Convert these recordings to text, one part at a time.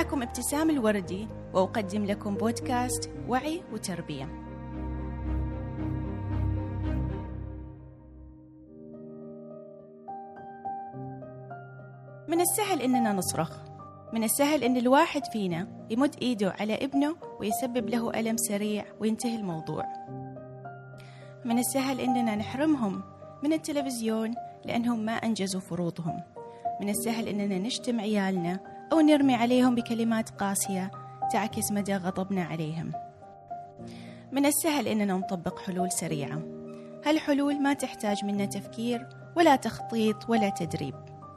معكم ابتسام الوردي، وأقدم لكم بودكاست وعي وتربية. من السهل إننا نصرخ، من السهل إن الواحد فينا يمد إيده على ابنه ويسبب له ألم سريع وينتهي الموضوع. من السهل إننا نحرمهم من التلفزيون لأنهم ما أنجزوا فروضهم. من السهل إننا نشتم عيالنا أو نرمي عليهم بكلمات قاسية تعكس مدى غضبنا عليهم. من السهل إننا نطبق حلول سريعة. هالحلول ما تحتاج منا تفكير ولا تخطيط ولا تدريب،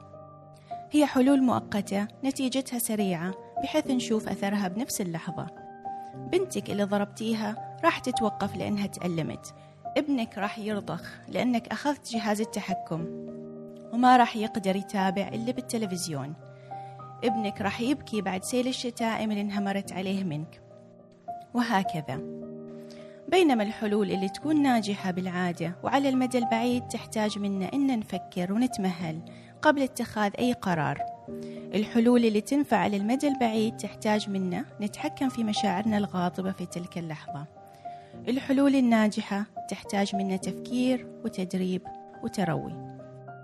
هي حلول مؤقتة نتيجتها سريعة بحيث نشوف أثرها بنفس اللحظة. بنتك اللي ضربتيها راح تتوقف لأنها تألمت، ابنك راح يرضخ لأنك أخذت جهاز التحكم وما راح يقدر يتابع إلا بالتلفزيون، ابنك راح يبكي بعد سيل الشتائم اللي انهمرت عليه منك، وهكذا. بينما الحلول اللي تكون ناجحة بالعادة وعلى المدى البعيد تحتاج منا إن نفكر ونتمهل قبل اتخاذ أي قرار. الحلول اللي تنفع على المدى البعيد تحتاج منا نتحكم في مشاعرنا الغاضبة في تلك اللحظة. الحلول الناجحة تحتاج منا تفكير وتدريب وتروي.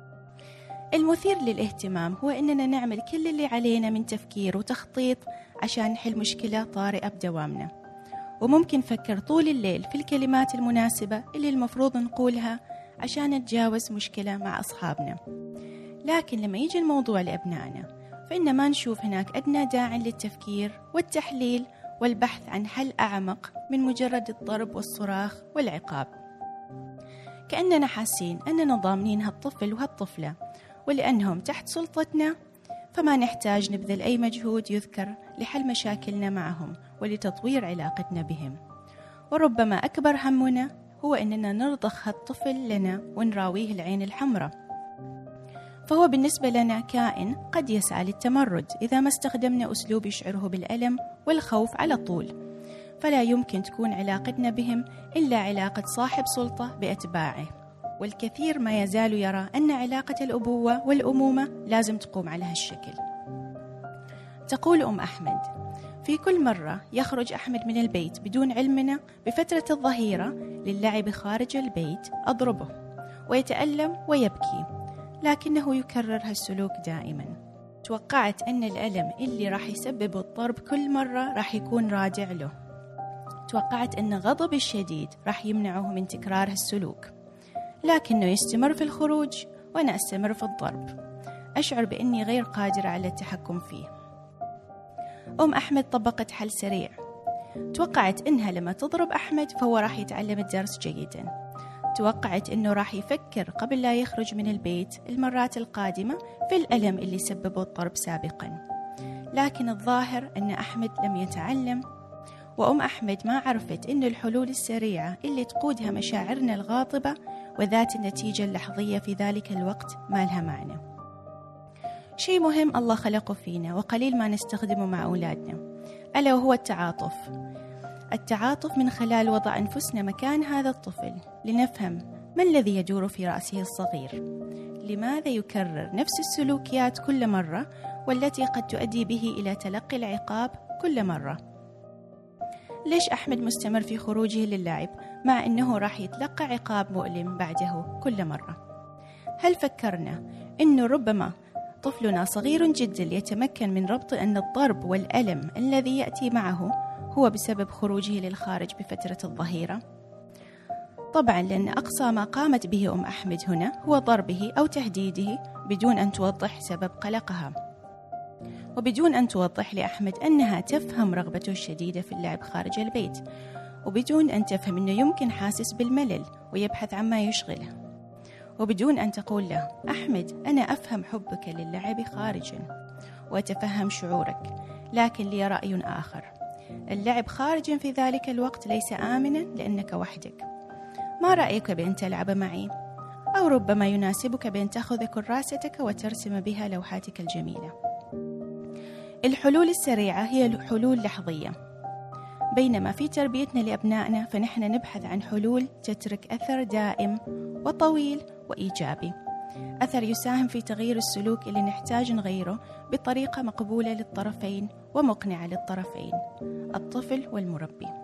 المثير للاهتمام هو إننا نعمل كل اللي علينا من تفكير وتخطيط عشان نحل مشكلة طارئة بدوامنا، وممكن نفكر طول الليل في الكلمات المناسبة اللي المفروض نقولها عشان نتجاوز مشكلة مع أصحابنا. لكن لما يجي الموضوع لأبنائنا فإن ما نشوف هناك أدنى داعي للتفكير والتحليل والبحث عن حل أعمق من مجرد الضرب والصراخ والعقاب. كأننا حاسين أننا ضامنين هالطفل وهالطفلة، ولأنهم تحت سلطتنا فما نحتاج نبذل أي مجهود يذكر لحل مشاكلنا معهم ولتطوير علاقتنا بهم. وربما أكبر همنا هو أننا نرضخ هالطفل لنا ونراويه العين الحمراء، فهو بالنسبة لنا كائن قد يسعى للتمرد إذا ما استخدمنا أسلوب يشعره بالألم والخوف على طول. فلا يمكن تكون علاقتنا بهم إلا علاقة صاحب سلطة بأتباعه، والكثير ما يزال يرى أن علاقة الأبوة والأمومة لازم تقوم على هالشكل. تقول أم أحمد: في كل مرة يخرج أحمد من البيت بدون علمنا بفترة الظهيرة للعب خارج البيت أضربه ويتألم ويبكي، لكنه يكرر هالسلوك دائما. توقعت أن الألم اللي راح يسبب الضرب كل مرة راح يكون رادع له. توقعت أن غضب الشديد راح يمنعه من تكرار هالسلوك، لكنه يستمر في الخروج وأنا أستمر في الضرب. أشعر بأني غير قادرة على التحكم فيه. أم أحمد طبقت حل سريع. توقعت أنها لما تضرب أحمد فهو راح يتعلم الدرس جيدا. توقعت أنه راح يفكر قبل لا يخرج من البيت المرات القادمة في الألم اللي سببه الضرب سابقا، لكن الظاهر أن أحمد لم يتعلم، وأم أحمد ما عرفت أن الحلول السريعة اللي تقودها مشاعرنا الغاضبة وذات النتيجة اللحظية في ذلك الوقت ما لها معنى. شيء مهم الله خلقه فينا وقليل ما نستخدمه مع أولادنا، ألا وهو التعاطف. التعاطف من خلال وضع أنفسنا مكان هذا الطفل لنفهم ما الذي يدور في رأسه الصغير، لماذا يكرر نفس السلوكيات كل مرة والتي قد تؤدي به إلى تلقي العقاب كل مرة. ليش أحمد مستمر في خروجه للعب مع أنه راح يتلقى عقاب مؤلم بعده كل مرة؟ هل فكرنا أنه ربما طفلنا صغير جدا يتمكن من ربط أن الضرب والألم الذي يأتي معه هو بسبب خروجه للخارج بفترة الظهيرة؟ طبعا لأن أقصى ما قامت به أم أحمد هنا هو ضربه أو تهديده بدون أن توضح سبب قلقها، وبدون أن توضح لأحمد أنها تفهم رغبته الشديدة في اللعب خارج البيت، وبدون أن تفهم أنه يمكن حاسس بالملل ويبحث عما يشغله، وبدون أن تقول له: أحمد أنا أفهم حبك للعب خارجا وأتفهم شعورك، لكن لي رأي آخر. اللعب خارجا في ذلك الوقت ليس آمنا لأنك وحدك. ما رأيك بأن تلعب معي؟ أو ربما يناسبك بأن تأخذ كراستك وترسم بها لوحاتك الجميلة. الحلول السريعة هي حلول لحظية، بينما في تربيتنا لأبنائنا فنحن نبحث عن حلول تترك أثر دائم وطويل وإيجابي. أثر يساهم في تغيير السلوك اللي نحتاج نغيره بطريقة مقبولة للطرفين ومقنعة للطرفين، الطفل والمربي.